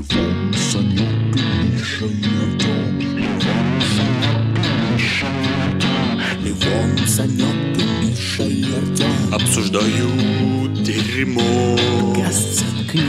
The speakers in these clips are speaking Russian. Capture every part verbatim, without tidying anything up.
Левон, Санек и Миша и Артем. Левон, Санек и Миша и Артем обсуждают дерьмо. Касцетки.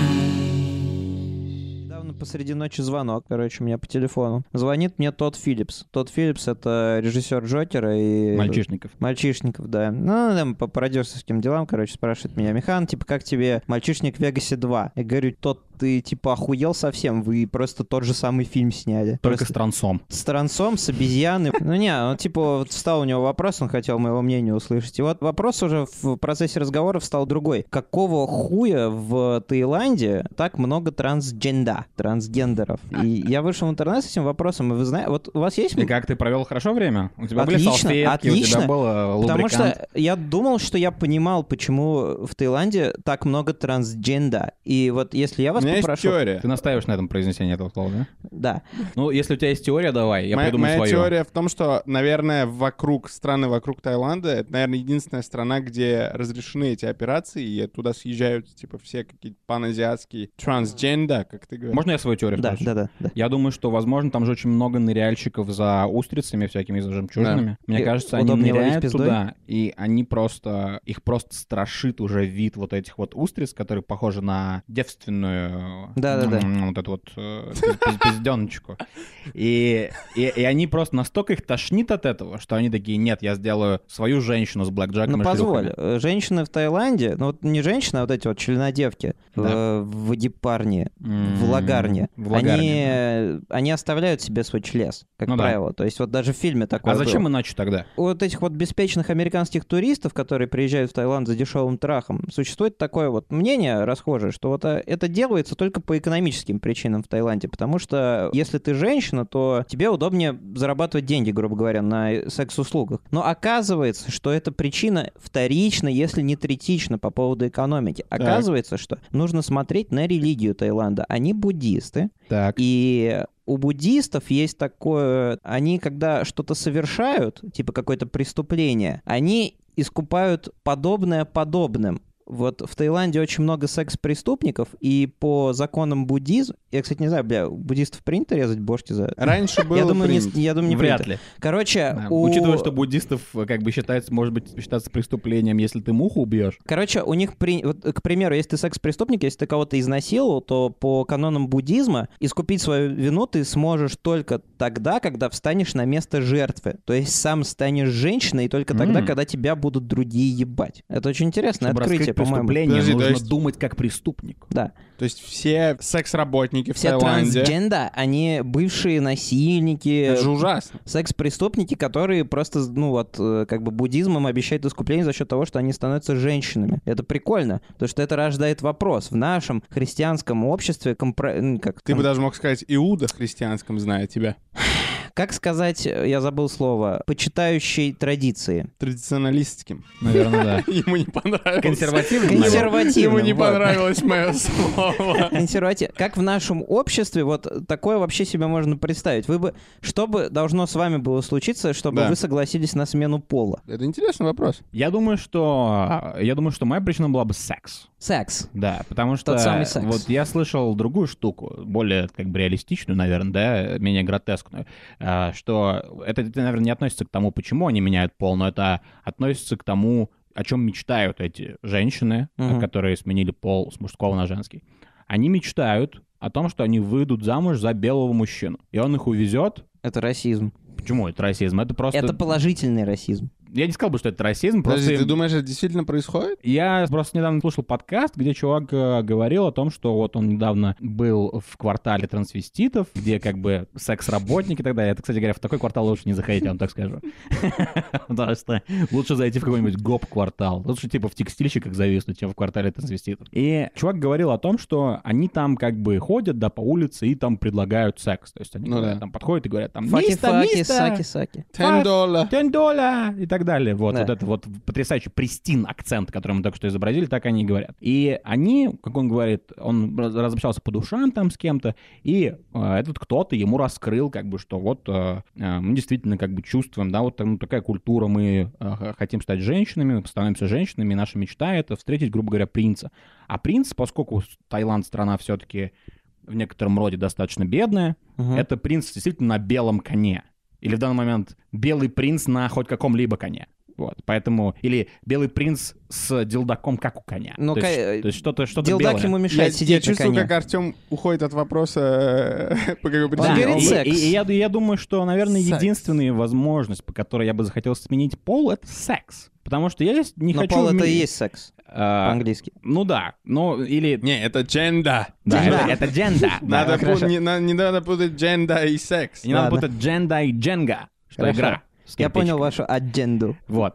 Посреди ночи звонок, короче, у меня по телефону. Звонит мне Тодд Филлипс. Тодд Филлипс — это режиссер Джокера и... Мальчишников. Мальчишников, да. Ну, там, по продюсерским делам, короче, спрашивает меня: Михан, типа, как тебе «Мальчишник в Вегасе два»? Я говорю: Тодд, ты, типа, охуел совсем? Вы просто тот же самый фильм сняли. Только просто... с трансом. С трансом, с обезьяной. Ну, не, он, типа, вот встал у него вопрос, он хотел моего мнения услышать. И вот вопрос уже в процессе разговора встал другой. Какого хуя в Таиланде так много трансгенда? Трансгендеров. И я вышел в интернет с этим вопросом, и вы знаете, вот у вас есть... И как ты провел хорошо время? У тебя отлично, были салфетки, отлично, у тебя был лубрикант. Потому что я думал, что я понимал, почему в Таиланде так много трансгенда. И вот если я вас у меня попрошу... есть теория. Ты настаиваешь на этом произнесении этого слова, да? Да. Ну, если у тебя есть теория, давай, я Моя, придумаю моя свою. теория в том, что, наверное, вокруг страны, вокруг Таиланда, это, наверное, единственная страна, где разрешены эти операции, и оттуда съезжают, типа, все какие-то паназиатские трансгенда, как ты говоришь. Можно я свою теорию Да, спрошу? да, да, да. Я думаю, что, возможно, там же очень много ныряльщиков за устрицами всякими, за жемчужинами. Да. Мне И кажется, они удобнее ловить ныряют пиздой? туда, и они просто... Их просто страшит уже вид вот этих вот устриц, которые похожи на девственную... Да-да-да. м, Вот эту вот э, пиз- пизденочку. И, и, и они просто настолько их тошнит от этого, что они такие: нет, я сделаю свою женщину с блэкджеком Ну, и позволь, шлюхами. э, женщины в Таиланде, ну, вот не женщины, а вот эти вот членодевки Да. э, в Вадипарне, М, в Лагарне, в Лагарне, они, э, они оставляют себе свой члес, как Ну да. правило. То есть вот даже в фильме такое А зачем было. иначе тогда? У вот этих вот беспечных американских туристов, которые приезжают в Таиланд за дешевым трахом, существует такое вот мнение расхожее, что вот э, это делается только по экономическим причинам в Таиланде, потому что если ты женщина, то тебе удобнее зарабатывать деньги, грубо говоря, на секс-услугах. Но оказывается, что эта причина вторична, если не третична по поводу экономики. Оказывается, что нужно смотреть на религию Таиланда. Они буддисты, Так. и у буддистов есть такое... Они, когда что-то совершают, типа какое-то преступление, они искупают подобное подобным. Вот в Таиланде очень много секс-преступников, и по законам буддизма... Я, кстати, не знаю, бля, у буддистов принято резать бошки за... Раньше было Я думаю, не, принято. я думаю, не Вряд принято. ли. Короче, Да. у... Учитывая, что буддистов э, как бы считается, может быть, считаться преступлением, если ты муху убьешь. Короче, у них, при... вот, к примеру, если ты секс-преступник, если ты кого-то изнасиловал, то по канонам буддизма искупить свою вину ты сможешь только тогда, когда встанешь на место жертвы. То есть сам станешь женщиной, и только тогда, М. когда тебя будут другие ебать. Это очень интересное Чтобы открытие, раскрыть по-моему. преступление, Подожди, то нужно есть- думать как преступник. Да. То есть все секс-работники в Все Таиланде... трансгенда, они бывшие насильники, Это же ужасно. секс-преступники, которые просто, ну вот, э, как бы буддизмом обещают искупление за счет того, что они становятся женщинами. Это прикольно, потому что это рождает вопрос. В нашем христианском обществе... Компро... ну, Как, Ты там, бы даже мог сказать Иуда в христианском, зная тебя. как сказать, я забыл слово, почитающей традиции. Традиционалистским. Наверное, да. Ему не понравилось. Консервативным, Ему- наверное. Консервативным, Ему не вот. понравилось мое слово. Консерватив. Как в нашем обществе вот такое вообще себе можно представить? Вы бы... Что бы должно с вами было случиться, чтобы Да. вы согласились на смену пола? Это интересный вопрос. Я думаю, что я думаю, что моя причина была бы секс. Секс. Да, потому что Тот самый секс. вот я слышал другую штуку, более как бы реалистичную, наверное, да, менее гротескную, а, что это, это, наверное, не относится к тому, почему они меняют пол, но это относится к тому, о чем мечтают эти женщины, Мгм. которые сменили пол с мужского на женский. Они мечтают о том, что они выйдут замуж за белого мужчину, и он их увезет. Это расизм. Почему это расизм? Это просто... Это положительный расизм. Я не сказал бы, что это расизм, просто... Подожди, ты думаешь, это действительно происходит? Я просто недавно слушал подкаст, где чувак э, говорил о том, что вот он недавно был в квартале трансвеститов, где как бы секс-работники и так далее. Это, кстати говоря, в такой квартал лучше не заходить, я вам так скажу. Потому что лучше зайти в какой-нибудь гоп-квартал. Лучше типа в текстильщиках зависнуть, чем в квартале трансвеститов. И чувак говорил о том, что они там как бы ходят, да, по улице и там предлагают секс. То есть они Ну говорят, да. там подходят и говорят там «Мистер, Факи-факи, мистер!» саки-саки. Ten долларов. Ten доллар и так далее. Вот, Да. вот это вот потрясающий престин акцент, который мы только что изобразили, так они и говорят. И они, как он говорит, он раз- разобщался по душам там с кем-то, и э, этот кто-то ему раскрыл, как бы, что вот э, э, мы действительно как бы чувствуем, да, вот там такая культура, мы э, хотим стать женщинами, мы становимся женщинами, и наша мечта — это встретить, грубо говоря, принца. А принц, поскольку Таиланд страна все-таки в некотором роде достаточно бедная, Мгм. это принц действительно на белом коне. Или в данный момент белый принц на хоть каком-либо коне. Вот, поэтому... Или белый принц с дилдаком, как у коня. Ну, то, ка- есть, то есть что-то, что-то Дилдак белое. ему Я, мешает я сидеть на чувствую, коне. как Артем уходит от вопроса, э, по какой Он Да, причине. говорит и, секс. и- и я, я думаю, что, наверное, Секс. единственная возможность, по которой я бы захотел сменить пол, это секс. Потому что я здесь не Но хочу... пол — это вме- и есть секс А, по-английски. ну да, ну или... Не, это дженда. Да, Дженда. это, это дженда. да. Надо хорошо. пу- не, на- не надо путать дженда и секс. Не надо Ладно. путать дженда и дженга, что Хорошо. игра. с Я понял кирпичиками. вашу адженду. Вот.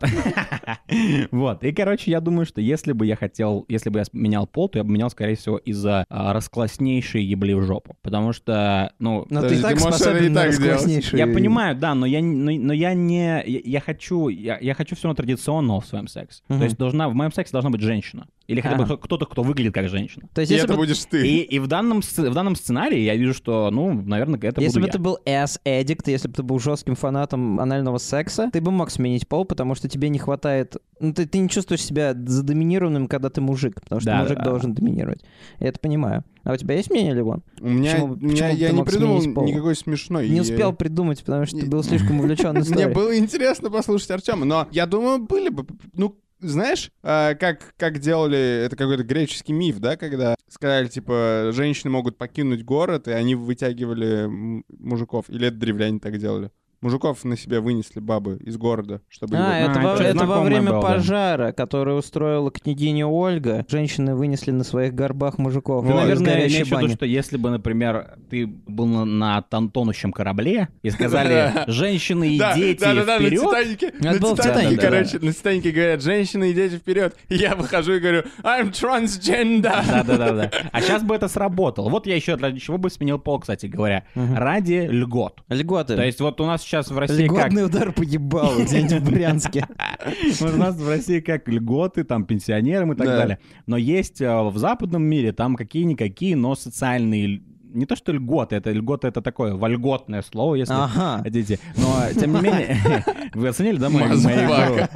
Вот. И, короче, я думаю, что если бы я хотел, если бы я менял пол, то я бы менял, скорее всего, из-за а, раскласснейшей ебли в жопу. Потому что, ну... Но То ты есть так ты можешь это и способен на так делать. раскласснейшую- Я понимаю, да, но я, но, но я не... Я, я хочу... Я, я хочу все равно традиционного в своем сексе. Мгм. То есть должна, в моем сексе должна быть женщина. Или хотя бы Ага. кто- кто-то, кто выглядит как женщина. То есть И если это бы будешь ты. И, и в, данном, сц- в данном сценарии я вижу, что, ну, наверное, это Если буду бы я. ты был ass-addict, если бы ты был жестким фанатом анального секса, ты бы мог сменить пол, потому что тебе не хватает... Ну, ты, ты не чувствуешь себя задоминированным, когда ты мужик, потому что Да, мужик да. должен доминировать. Я это понимаю. А у тебя есть мнение, Ливон? У меня, Почему- у меня- почему я ты не мог придумал сменить пол? никакой смешной. Не Я- успел придумать, потому что ты Не- был слишком увлечен Мне историей. было интересно послушать Артема, но я думаю, были бы... Ну, знаешь, э, как, как делали... Это какой-то греческий миф, да, когда сказали, типа, женщины могут покинуть город, и они вытягивали м- мужиков. Или это древляне так делали? Мужиков на себя вынесли бабы из города, чтобы... А, его- это, А, во, это это во знакомое время было, да. пожара, который устроила княгиня Ольга. Женщины вынесли на своих горбах мужиков. Ты, Вот, из наверное, горящей имеешь в виду, бани. что если бы, например, ты был на, на тон- тонущем корабле и сказали «женщины и Да, дети да, да, да, на вперед», Титанике, Это на было в Титанике, Титанике, короче, на Титанике говорят, женщины и дети вперед. И я выхожу и говорю, I'm transgender. да-да-да. А сейчас бы это сработало. Вот я еще ради чего бы сменил пол, кстати говоря. Ради льгот. Льготы. То есть вот у нас сейчас в России как... Льготный удар по ебалу где-нибудь в Брянске. Вот у нас в России как льготы, там, пенсионерам и так Да. далее. Но есть э, в западном мире там какие-никакие, но социальные... ль- Не то что льготы, это льготы, это такое вольготное слово, если Ага. хотите. Но, тем не менее, вы оценили, да, мою мою игру?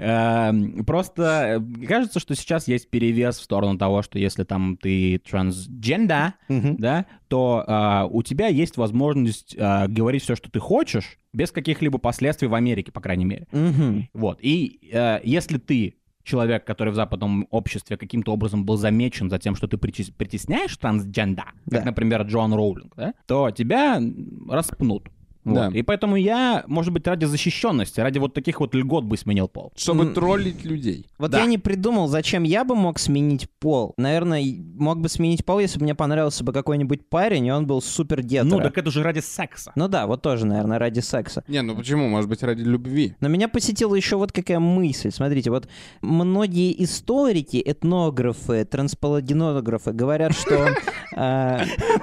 Эм, Просто э, кажется, что сейчас есть перевес в сторону того, что если там ты трансгендер, Мгм. да, то а, у тебя есть возможность а, говорить все, что ты хочешь, без каких-либо последствий в Америке, по крайней мере. Мгм. Вот. И э, если ты человек, который в западном обществе каким-то образом был замечен за тем, что ты притес- притесняешь трансгендер, как, Да. например, Джоан Роулинг, да, то тебя м, распнут. Вот. Да. И поэтому я, может быть, ради защищенности, ради вот таких вот льгот бы сменил пол. Чтобы М. троллить людей. Вот Да. я не придумал, зачем я бы мог сменить пол. Наверное, и- мог бы сменить пол, если бы мне понравился бы какой-нибудь парень, и он был супер гетеро. Ну, так это же ради секса. Ну да, вот тоже, наверное, ради секса. Не, ну почему? Может быть, ради любви. Но меня посетила еще вот какая мысль. Смотрите, вот многие историки, этнографы, трансполагенографы говорят, что э,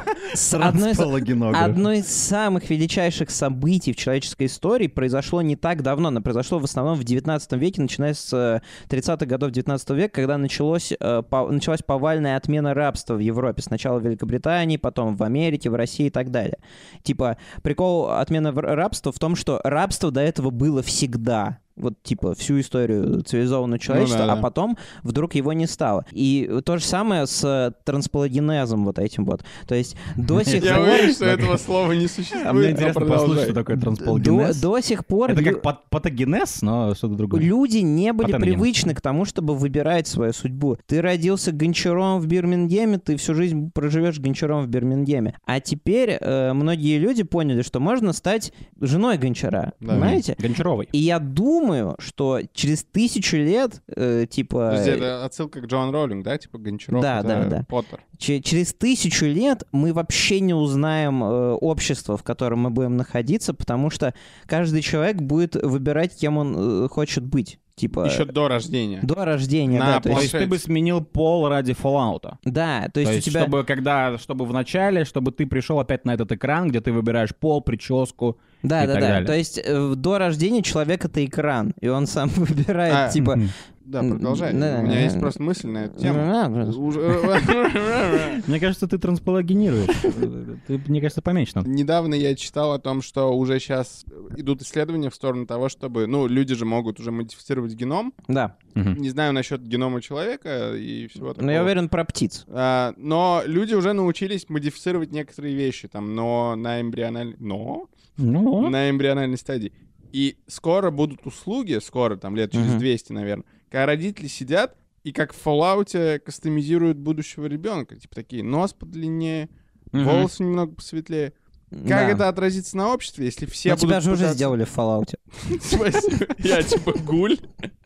с одной из- одно из самых величайших событий в человеческой истории произошло не так давно. Оно произошло в основном в девятнадцатом веке, начиная с э, тридцатых годов девятнадцатого века, когда началось, э, по- началась повальная отмена рабства в Европе. Сначала в Великобритании, потом в Америке, в России и так далее. Типа, прикол отмены в- рабства в том, что рабство до этого было всегда. Вот, типа, всю историю цивилизованного человечества, да, а да. потом вдруг его не стало. И то же самое с трансполагенезом вот этим вот. То есть до сих Я пор... уверен, что этого слова не существует. А мне а интересно продолжай. послушать, что такое До, трансполгенез. до сих пор Это лю- как пат- патогенез, но что-то другое. люди не были Патогенез. привычны к тому, чтобы выбирать свою судьбу. Ты родился гончаром в Бирмингеме, ты всю жизнь проживешь гончаром в Бирмингеме. А теперь э, многие люди поняли, что можно стать женой гончара. Да. Понимаете? Гончаровый. И я думаю, что через тысячу лет, э, типа... Подожди, это отсылка к Джоан Роулинг, да? Типа Гончаров, Да, это да, да. Поттер. Че- через тысячу лет мы вообще не узнаем э, общество, в котором мы будем находиться, потому что каждый человек будет выбирать, кем он э, хочет быть. Типа, Еще до рождения. до рождения, На да. То То есть, есть ты бы сменил пол ради Fallout. да, то То есть, есть, у тебя... чтобы когда, чтобы в начале, чтобы ты пришел опять на этот экран, где ты выбираешь пол, прическу. Да, и да, так да. далее. То есть э, до рождения человек — это экран, и он сам выбирает, А, типа, Да, продолжай. Да. У меня есть просто мысль на эту тему. Мне кажется, ты транспологенируешь. Ты, мне кажется, поменьше надо. Недавно я читал о том, что уже сейчас идут исследования в сторону того, чтобы... Ну, люди же могут уже модифицировать геном. Да. Мгм. Не знаю насчет генома человека и всего такого. Но я уверен про птиц. А, но люди уже научились модифицировать некоторые вещи, там, но на эмбриональной... Но? Ну, На эмбриональной стадии. И скоро будут услуги, скоро, там, лет через Мгм. двести, наверное, когда родители сидят и как в Fallout кастомизируют будущего ребенка. Типа такие, нос подлиннее, Мгм. волосы немного посветлее. Как Да. это отразится на обществе, если все Но будут тебя же уже пытаться- сделали в Fallout. Спасибо. Я типа гуль.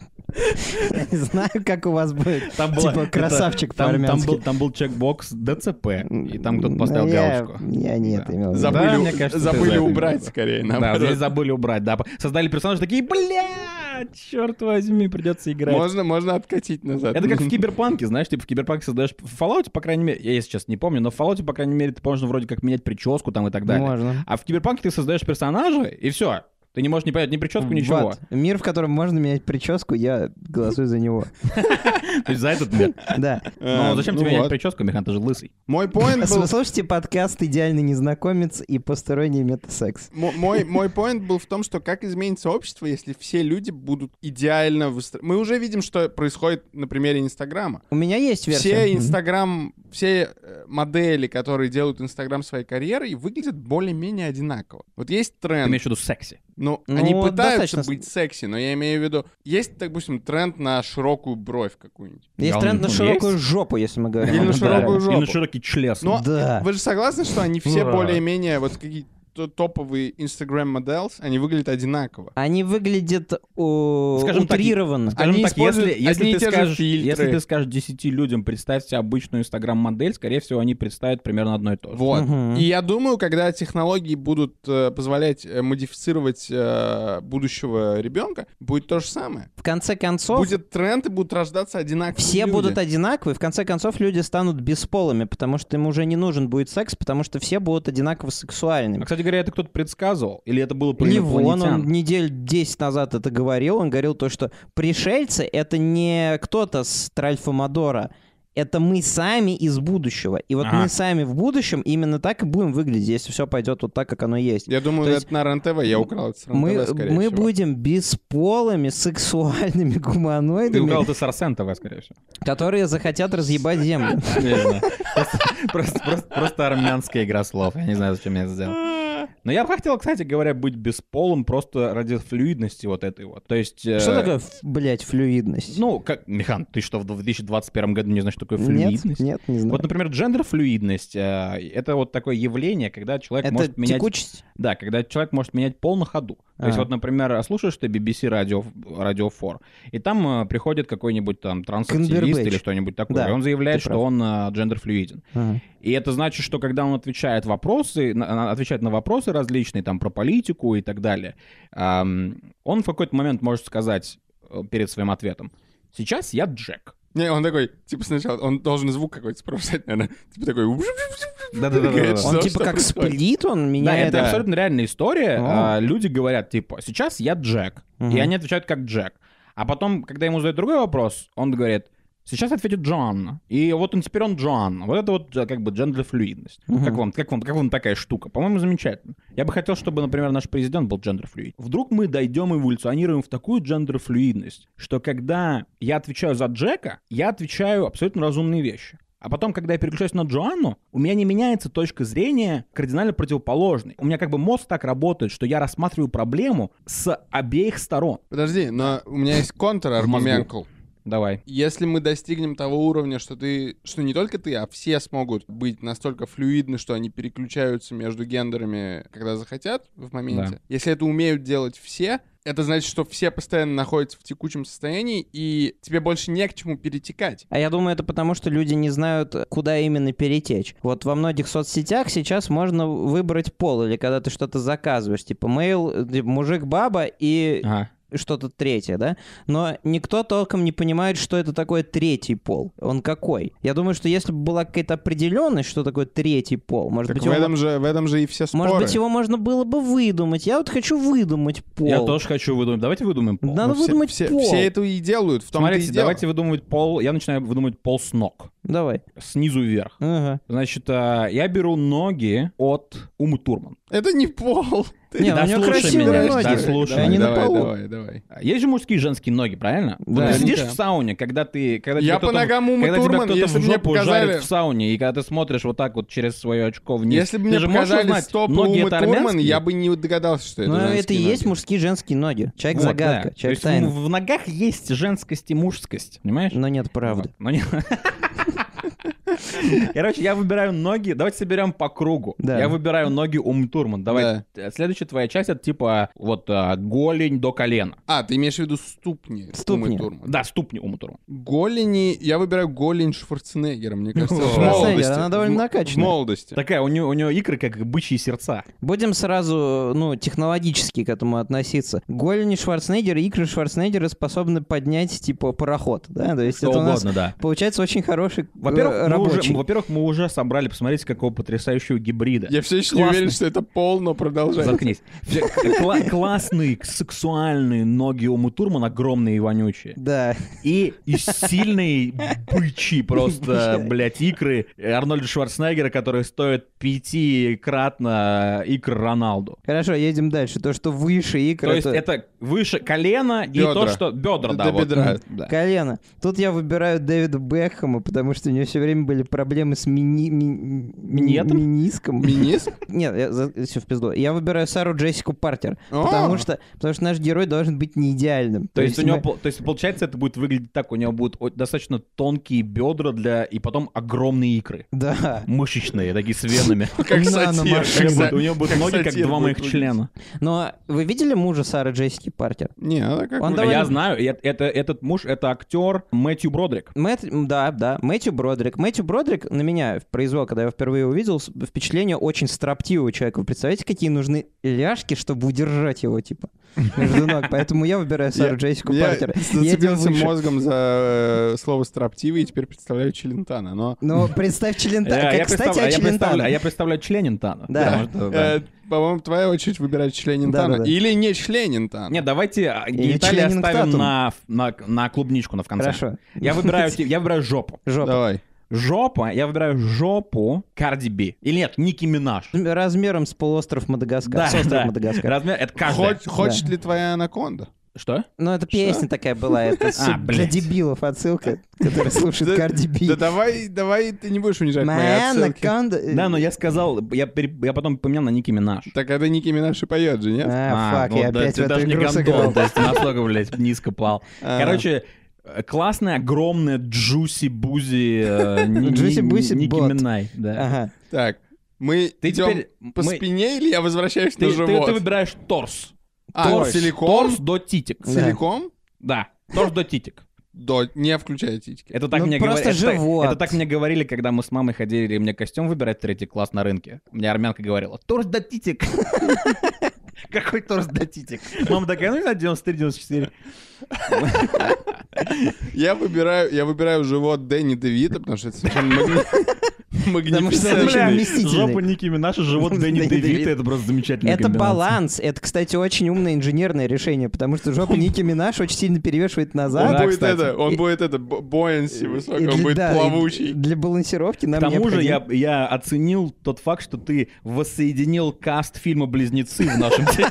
Я не знаю, как у вас будет. там была- Типа красавчик это- там, там, по-армянски. был, там был чекбокс ДЦП, и там кто-то поставил Ну, я- галочку. Я не Да. это имел в виду. Забыли, Да, у- мне кажется, ты забыли за это убрать имел. скорее, Да, наоборот. здесь забыли убрать, да. Создали персонажа, такие, бля, черт возьми, придется играть. Можно, можно откатить назад. Это как в Киберпанке, знаешь, типа в Киберпанке создаешь... В Fallout, по крайней мере, я сейчас не помню, но в Fallout, по крайней мере, ты можно вроде как менять прическу там и так далее. Можно. А в Киберпанке ты создаешь персонажа, и все. Ты не можешь не понять ни прическу, ничего. Вот. Мир, в котором можно менять прическу, я голосую за него. То есть за этот мир. Да. Ну, зачем ну тебе менять вот. прическу, Михан, ты же лысый. Мой поинт был... Вы слушайте подкаст «Идеальный незнакомец» и «Посторонний метасекс». Мо- Мой, мой поинт был в том, что как изменится общество, если все люди будут идеально выстроены. Мы уже видим, что происходит на примере Инстаграма. У меня есть версия. Все Инстаграм, все э, модели, которые делают Инстаграм своей карьерой, выглядят более-менее одинаково. Вот есть Ты тренд. имеешь в виду секси. Ну, Ну, они вот пытаются достаточно. быть секси, но я имею в виду, есть, допустим, тренд на широкую бровь какую-нибудь. Есть Да, тренд на он широкую есть. жопу, если мы говорим. Или об на этом. широкую И жопу. на широкий члес. Но Да. вы же согласны, что они все Ура. более-менее, вот какие-то топовые Instagram models, они выглядят одинаково. Они выглядят о, Скажем так, утрированно. Скажем Они так, используют если, если, одни и ты те же скажешь, фильтры. если ты скажешь десяти людям, представьте обычную Инстаграм-модель, скорее всего, они представят примерно одно и то же. Вот. Мгм. И я думаю, когда технологии будут э, позволять э, модифицировать э, будущего ребенка, будет то же самое. В конце концов, Будет тренд, и будут рождаться одинаковые все люди. будут одинаковые. В конце концов, люди станут бесполыми, потому что им уже не нужен будет секс, потому что все будут одинаково сексуальными. А, кстати говоря, это кто-то предсказывал? Или это было про Ливон, инопланетян? он недель десять назад это говорил. Он говорил то, что пришельцы — это не кто-то с Тральфа-Мадора, это мы сами из будущего. И вот Ага. мы сами в будущем именно так и будем выглядеть, если все пойдет вот так, как оно есть. Я думаю, То это есть на РЕН-ТВ. Я украл это с Мы, РЕН-ТВ, скорее мы всего. будем бесполыми, сексуальными Ты гуманоидами, украл это с Арсен ТВ, скорее всего. которые захотят разъебать землю. Верно. Просто- Просто просто- просто армянская игра слов. Я не знаю, зачем я это сделал. Но я бы хотел, кстати говоря, быть бесполым просто ради флюидности вот этой вот. То есть... э, Что такое, ф- блядь, флюидность? Ну, как, Михан, ты что, в две тысячи двадцать первом году не знаешь, что такое Нет, флюидность? нет, не знаю. Вот, например, гендер-флюидность э, это вот такое явление, когда человек Это может менять... текучесть? Да, когда человек может менять пол на ходу. То есть А. вот, например, слушаешь ты би би си радио, радио фор, и там э, приходит какой-нибудь там трансактивист Камбербэтч. или что-нибудь такое, Да, и он заявляет, ты что прав. он э, джендер-флюиден. Ага. И это значит, что когда он отвечает вопросы, на- на- отвечает на вопросы различные, там, про политику и так далее, ам, он в какой-то момент может сказать э, перед своим ответом: «Сейчас я Джек». Не, он такой, типа сначала, он должен звук какой-то сопровождать, наверное. Типа такой... Да-да-да. Говорит, Он что- типа что как происходит? сплит, он Да, меняет... это абсолютно реальная история. О. А, люди говорят, типа, сейчас я Джек. Мгм. И они отвечают как Джек. А потом, когда ему задают другой вопрос, он говорит: сейчас ответит Джон. И вот он теперь он Джон. Вот это вот э, как бы джендер-флюидность. Мгм. Как вам, как вам, как вам такая штука? По-моему, замечательно. Я бы хотел, чтобы, например, наш президент был джендер-флюид. Вдруг мы дойдем и эволюционируем в такую джендер-флюидность, что когда я отвечаю за Джека, я отвечаю абсолютно разумные вещи. А потом, когда я переключаюсь на Джоанну, у меня не меняется точка зрения кардинально противоположной. У меня как бы мозг так работает, что я рассматриваю проблему с обеих сторон. Подожди, но у меня есть контраргумент. Давай. Если мы достигнем того уровня, что ты, что не только ты, а все смогут быть настолько флюидны, что они переключаются между гендерами, когда захотят в моменте. Да. Если это умеют делать все, это значит, что все постоянно находятся в текучем состоянии, и тебе больше не к чему перетекать. А я думаю, это потому, что люди не знают, куда именно перетечь. Вот во многих соцсетях сейчас можно выбрать пол, или когда ты что-то заказываешь, типа мейл, типа, мужик-баба и Ага. что-то третье, да? Но никто толком не понимает, что это такое третий пол. Он какой? Я думаю, что если бы была какая-то определенность, что такое третий пол, может Так быть, в его... этом, же, в этом же и все споры. Может быть, его можно было бы выдумать. Я вот хочу выдумать пол. Я тоже хочу выдумать. Давайте выдумаем пол. Надо Ну, все- выдумать все, пол. все это и делают, в том-то и Смотрите, дело. давайте выдумывать пол. Я начинаю выдумывать пол с ног. Давай. Снизу вверх. Ага. Значит, а, я беру ноги от Умы Турман. Это не пол. Ты Не, у него дослушай красивые меня, ноги. дослушай. Они на давай, полу. давай, давай. Есть же мужские и женские ноги, правильно? Да. Вот ты сидишь Да. в сауне, когда ты... Когда Я тебя по кто-то- ногам Умы Когда тебя Турман, кто-то если в бы мне жопу показали- жарит в сауне, и когда ты смотришь вот так вот через свое очко вниз, Если бы ты мне же можешь показали узнать, стопы ноги Умы это Турман, армянские? я бы не догадался, что это Ну, это и женские есть ноги. мужские и женские ноги. Вот, Человек-загадка, да. То есть человек-тайна. в, в ногах есть женскость и мужскость, понимаешь? Но нет правды. Вот. Но не- Короче, я выбираю ноги. Давайте соберем по кругу. Да. Я выбираю ноги Умы Турман. Давай. э, Следующая твоя часть это типа вот а, голень до колена. А, ты имеешь в виду ступни Ступни. Умы Турман. Да, ступни Умы Турман. Голени... Я выбираю голень Шварценеггера, мне кажется, в Шварценеггер, молодости. она довольно В м- накачанная. В молодости. Такая, у нее, у нее икры как бычьи сердца. Будем сразу, ну, технологически к этому относиться. Голени Шварценеггера, икры Шварценеггера способны поднять, типа, пароход, да? То есть Что это у нас угодно, да. получается очень хороший э, Во-первых, мы рабочий. уже, во-первых, мы уже собрали, посмотрите, какого потрясающего гибрида. Я все еще не Классно. уверен, что это пол, но продолжай. Заткнись. Все- кла- Классные, сексуальные ноги Умы Турман, огромные и вонючие. Да. И, и сильные бычьи просто, блядь, икры Арнольда Шварценеггера, которые стоят пятикратно икр Роналду. Хорошо, едем дальше. То, что выше икр, То есть это выше колена и Бедра. то, что... Бедра, да, До вот. бедра. Да. колено. Тут я выбираю Дэвида Бекхэма, потому что у него все время были проблемы с мини... ми- Минетом? Миниском. Миниск? Нет, все в пизду. Я выбираю Сару Джессику Паркер, О! потому что, потому что наш герой должен быть не идеальным. То есть у него, мы- пол- то есть получается, это будет выглядеть так, у него будут о- достаточно тонкие бедра для, и потом огромные икры. Да. Мышечные, такие с венами. Как сатир. Наномашина. Как как будто са- У него будут как ноги, как сатир два моих будет члена. Но вы видели мужа Сары Джессики Паркер? Не, она как... Он вы- довольно- Я знаю, и это, это- этот муж, это актер Мэтью Бродрик. Мэтт, да, да, Мэтью Бродрик. Мэтью Бродрик на меня произвел, когда я его впервые увидел, с- впечатление очень строптивого человека. Вы представляете, какие нужны ляжки, чтобы удержать его, типа, между ног? Поэтому я выбираю Сару Я- Джессику Я Паркер. зацепился Едем выше. мозгом за э, слово «строптивый» и теперь представляю Челентана, но... Ну, представь Челентана. Э, я Кстати, представляю- о я представляю- а Челентане. я представляю Членентана. Да. Потому что, да. Э, По-моему, твоя очередь выбирать Членентана. Да-да-да. Или не Членентана. Нет, давайте а, Или гениталии оставим Членинг-татум. на, на, на клубничку, на в конце. Хорошо. Я выбираю, те- я выбираю жопу. Жопа. Давай. Жопа, я выбираю жопу Карди Би. Или нет, Ники Минаж. Размером с полуостров Мадагаскар. Да, С остров да. Мадагаскар. Размер, это каждая. Хоч- Хочет ли твоя анаконда? Что? Ну, это песня такая была. Это суть для блядь. дебилов отсылка, который слушает Карди Би. Да давай, давай, ты не будешь унижать мои My отсылки. anaconda- Да, но я сказал, я, пере- я потом поменял на Ники Минаж. Так это Ники Минаж и поет же, нет? А, фак, ну я да, опять в ты эту даже не игру гандон, сыграл. то есть ты настолько, блядь, низко пал. А. Короче, э, классная, огромная джуси-бузи э, Ни- Джуси-буси Ники бот. Минай. Да. Ага. Так, мы Ты идем теперь... по мы- спине или я возвращаюсь Ты, на ты- живот? ты выбираешь торс. А, торс, целиком? Торс до титик. Да. Целиком? Да, торс до титик. До, не включая титьки. Это так Ну, мне просто говорили. Это, так- живот. это так мне говорили, когда мы с мамой ходили, и мне костюм выбирать в третий класс на рынке. Мне армянка говорила: торс до титик. Какой торс до титик? Мама такая: ну, девяносто три девяносто четыре. Я выбираю, я выбираю живот Дэнни Девита, потому что это совершенно магни- Потому что это очень магнифицентный. вместительный. Жопа Ники Минаж, живот Дэнни Дэнни Девита, Девита. это просто замечательно. Это баланс. Это, кстати, очень умное инженерное решение, потому что жопа Ники Минаж очень сильно перевешивает Он назад. Да, будет кстати. это, он И- будет это, буэнси И высокий, для- он будет да, и плавучий. Для балансировки К нам тому же необходимо- я, я оценил тот факт, что ты воссоединил каст фильма «Близнецы» в нашем теле.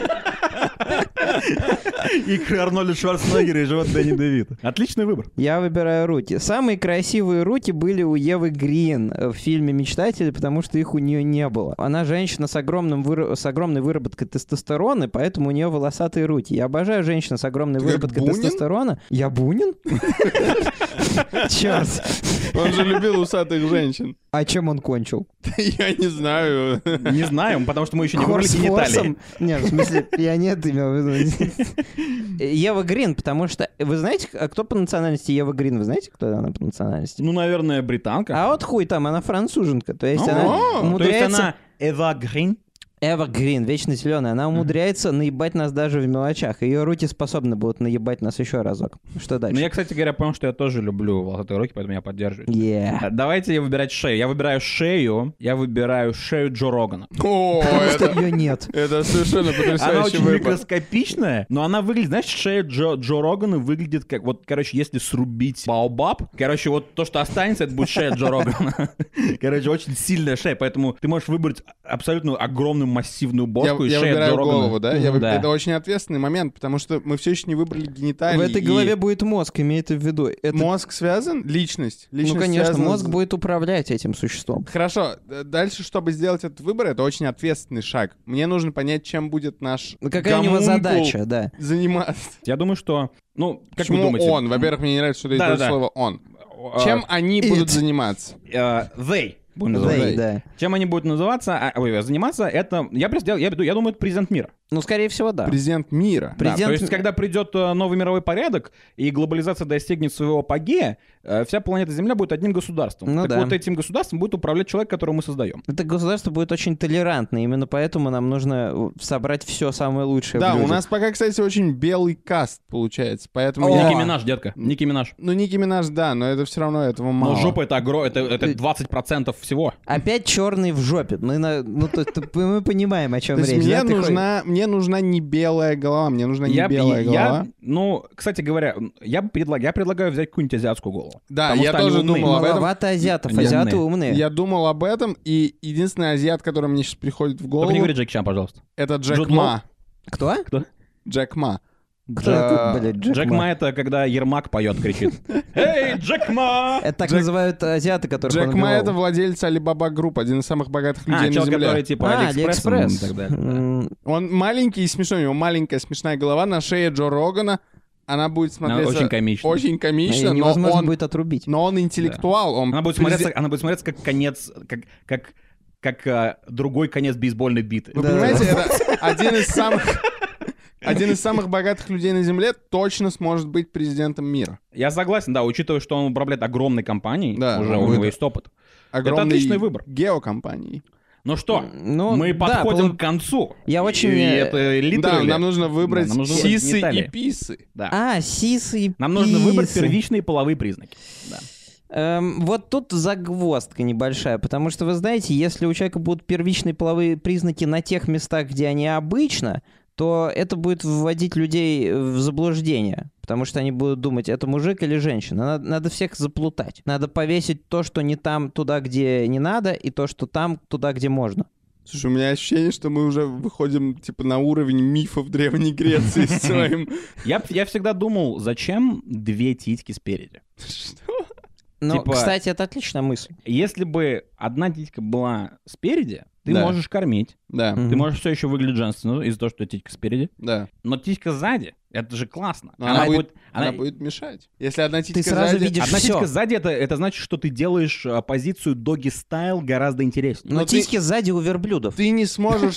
Икры Арнольда Шварценеггера и живот Дэнни Девита. Отличный выбор. Я выбираю руки. Самые красивые руки были у Евы Грин в фильме «Мечтатели», потому что их у нее не было. Она женщина с, огромным выра- с огромной выработкой тестостерона, и поэтому у нее волосатые руки. Я обожаю женщин с огромной Ты как выработкой Бунин? тестостерона. Я Бунин? Черт. Он же любил усатых женщин. А чем он кончил? Я не знаю. Не знаю, потому что мы еще не выбрали гениталии. Хорс-форсом? Нет, в смысле, я не это имел в виду. Ева Грин, потому что... Вы знаете, а кто по национальности Ева Грин? Вы знаете, кто она по национальности? Ну, наверное, британка. А вот хуй там, она французенка. То есть О, она то есть То есть умудряется... она Эва Грин. Evergreen, вечно зеленая, она умудряется наебать нас даже в мелочах. Ее руки способны будут наебать нас еще разок. Что дальше? Ну, я, кстати говоря, понял, что я тоже люблю волосатые руки, поэтому я поддерживаю. Yeah. Давайте выбирать шею. Я выбираю шею, я выбираю шею Джо Рогана. О, Потому что это, ее нет. это совершенно Она потрясающий очень выбор. микроскопичная, но она выглядит, знаешь, шея Джо, Джо Рогана выглядит как, вот, короче, если срубить баобаб, короче, вот то, что останется, это будет шея Джо Рогана. Короче, очень сильная шея, поэтому ты можешь выбрать абсолютно огромную массивную Я, бошку и я шея Джо выбираю Рогана. голову, да? Я выб- Да. Это очень ответственный момент, потому что мы все еще не выбрали гениталии. В этой и голове будет мозг, имей это в виду. Это... Мозг связан? Личность. Личность Ну, конечно, связана мозг с- будет управлять этим существом. Хорошо, д- дальше, чтобы сделать этот выбор, это очень ответственный шаг. Мне нужно понять, чем будет наш Ну, какая у него гомункул задача, да. заниматься. Я думаю, что, ну, как Почему вы думаете? он? Во-первых, мне не нравится, что ты используешь Да-да-да. слово «он». А, Чем они it. будут заниматься? э, They. будем Да, называть. They. да. Чем они будут называться, а, ой, заниматься, это... Я, просто- я, я думаю, это президент мира. Ну, скорее всего, да. Президент мира. При- Да, Президент- то есть, когда придет э, новый мировой порядок, и глобализация достигнет своего апогея, э, вся планета Земля будет одним государством. Ну так да. вот, этим государством будет управлять человек, которого мы создаем. Это государство будет очень толерантно, именно поэтому нам нужно собрать все самое лучшее Да, в у людях. нас пока, кстати, очень белый каст получается, поэтому О! я... Ники Минаж, детка. Ники Минаж. Ну, Ники Минаж, да, но это все равно этого мало. Но жопа это огро... это, это двадцать процентов всего. Опять черный в жопе. Мы, на... ну, то, то мы понимаем, о чем То есть речь. мне да? Ты нужна, мне нужна не белая голова, мне нужна не Я, белая я- голова. ну, кстати говоря, я, бы предлаг- я предлагаю взять какую-нибудь азиатскую голову. Да, Потому я что они тоже умные. думал об этом. Маловато азиатов. Они Азиаты умные. умные. Я думал об этом, и единственный азиат, который мне сейчас приходит в Только голову, не говори Джеки Чан, пожалуйста. это Джек Джуд Ма. Кто? Джек Ма. Кто Да. это, блядь, Джек, Джек Ма? Ма это когда Ермак поет, кричит. Эй, Джек Ма! Это так Джек- называют азиаты, которых Джек он Ма — убивал. это владелец Alibaba Group, один из самых богатых людей А, на человек, Земле. который типа А, Алиэкспресс и Алиэкспресс. так далее. да. М, Он маленький и смешной, у него маленькая смешная голова на шее Джо Рогана. Она будет Она смотреться очень комичная. очень и комично, но невозможно он, будет отрубить. но он интеллектуал. Он Она будет презид- смотреться, она будет смотреться как конец, как, как, как а, другой конец бейсбольной биты. Вы Да. понимаете, это один из самых... Один из самых богатых людей на Земле точно сможет быть президентом мира. Я согласен, да, учитывая, что он управляет огромной компанией, Да, уже он у него будет- есть опыт. Огромный отличный выбор. геокомпании. Ну что, Ну, мы да, подходим полу- к концу. Я И- очень, и э, это Да, literally. нам нужно выбрать Да, нам нужно выбрать сисы и гениталии. писы. Да. А, сисы и Нам нужно выбрать писы. первичные половые признаки. Да. Эм, вот тут загвоздка небольшая, потому что, вы знаете, если у человека будут первичные половые признаки на тех местах, где они обычно, то это будет вводить людей в заблуждение, потому что они будут думать, это мужик или женщина. Надо, надо всех заплутать. Надо повесить то, что не там, туда, где не надо, и то, что там, туда, где можно. Слушай, у меня ощущение, что мы уже выходим типа на уровень мифов Древней Греции с своим... Я, я всегда думал, зачем две титьки спереди? Что? Но, Типа- кстати, это отличная мысль. Если бы одна титька была спереди, ты Да. можешь кормить. Да, Мгм. Ты можешь все еще выглядеть женственно из-за того, что титька спереди. да. Но титька сзади, это же классно. Но она, будет, она- она будет мешать. Если одна титька сразу сзади- видишь Одна всё. титька сзади, это, это значит, что ты делаешь а, позицию доги-стайл гораздо интереснее. Но, Но ты- титьки сзади у верблюдов. Ты не сможешь...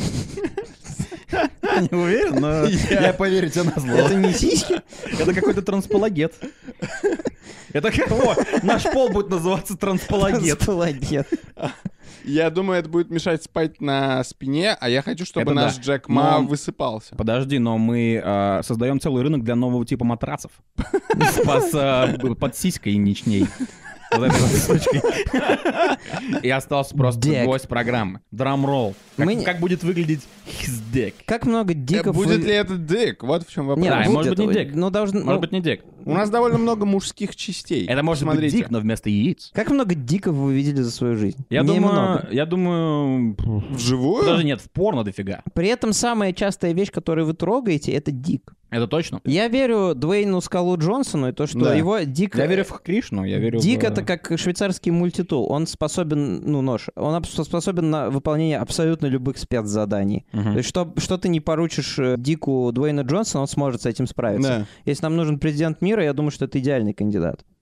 Не уверен, но я поверю тебе на слово. Это не сиськи? Это какой-то трансполагет. Это как... О, наш пол будет называться трансполагет. Трансполагет. Я думаю, это будет мешать спать на спине, а я хочу, чтобы Это наш да. Джек Ма Но- высыпался. Подожди, но мы а, создаем целый рынок для нового типа матрацев. С- по- с, а, б- под сиськой ничней. Вот этой вот штучкой. И остался просто Дек. гость программы. Драм-ролл. Как, Мы не- как будет выглядеть his dick? Как много Э, диков... Будет вы- ли это дик? Вот в чем вопрос. Нет, Да, будет. может быть, не дик. Ну, должен... Может ну, быть, не дик. У нас довольно много мужских частей. Это может Смотрите. быть дик, но вместо яиц. Как много диков вы видели за свою жизнь? Я Немного. думаю, я думаю... Вживую? Даже нет, в порно дофига. При этом самая частая вещь, которую вы трогаете, это дик. Это точно? Я верю Дуэйну Скалу Джонсону и то, что Да. его дик... Я верю в Кришну, я верю Дик в... это как швейцарский мультитул. Он способен, ну, нож, он абс- способен на выполнение абсолютно любых спецзаданий. Мгм. То есть, что, что ты не поручишь э, Дику Дуэйна Джонсона, он сможет с этим справиться. Да. Если нам нужен президент мира, я думаю, что это идеальный кандидат.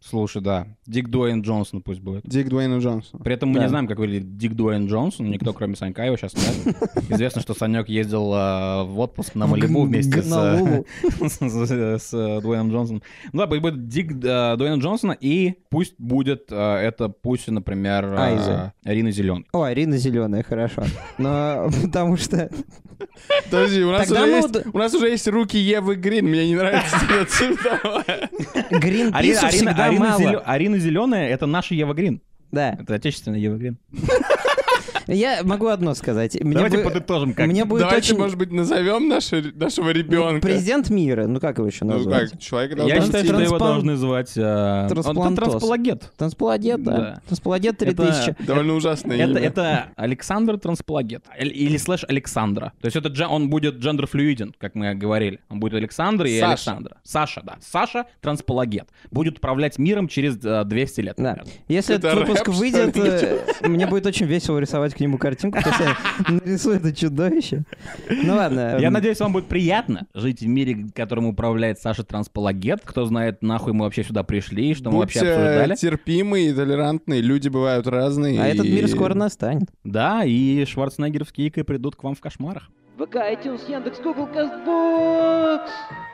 Слушай, да. Дик Дуэйн Джонсон пусть будет. Дик Дуэйна Джонсона. При этом мы Да. не знаем, как выглядит Дик Дуэйн Джонсон. Никто, кроме Санька, его сейчас нет. Известно, что Санек ездил э, в отпуск на Малибу вместе с, На Лулу. с, с, с Дуэйном Джонсоном. Ну да, пусть будет Дик э, Дуэйна Джонсона, и пусть будет э, это, пусть, например, э, Айза. Арина Зеленый. О, Арина зеленая, хорошо. Но потому что... Подожди, у нас, Тогда уже мы есть, уд- у нас уже есть руки Евы Грин. Мне не нравится это цветовое. Гринпису всегда Арина, мало. Зелё- Арина Зеленая — это наша Ева Грин. Да. Это отечественная Ева Грин. Я могу одно сказать. Мне Давайте бы- подытожим как. Мне будет Давайте, очень... может быть, назовем наше- нашего Ну, ребенка. Президент мира, ну как его еще Ну назвать? как, человека Я должен считаю, идти. что его Трансплан- должны звать... э, Он Трансплантоз. трансполагет. Трансполагет, да. Да. Трансполагет три Это- тысячи. Довольно ужасное Это, имя. это Александр Трансполагет. Или, или слэш Александра. То есть это дже- он будет джендер-флюиден, как мы говорили. Он будет Александр и Саша. Александра. Саша, да. Саша Трансполагет. Будет управлять миром через э, двести лет. Да. наверное. Если Это этот выпуск рэп, что выйдет, ли, э, мне будет очень весело рисовать к нему картинку, то есть я нарисую это чудовище. Ну ладно. Я эм, надеюсь, вам будет приятно жить в мире, которым управляет Саша Трансполагет. Кто знает, нахуй мы вообще сюда пришли, что мы вообще Будьте обсуждали. терпимые и толерантные. Люди бывают разные. А этот и- мир скоро настанет. Да, и Шварценеггеровские икры придут к вам в кошмарах. ВК, iTunes, Яндекс, Google, Castbox.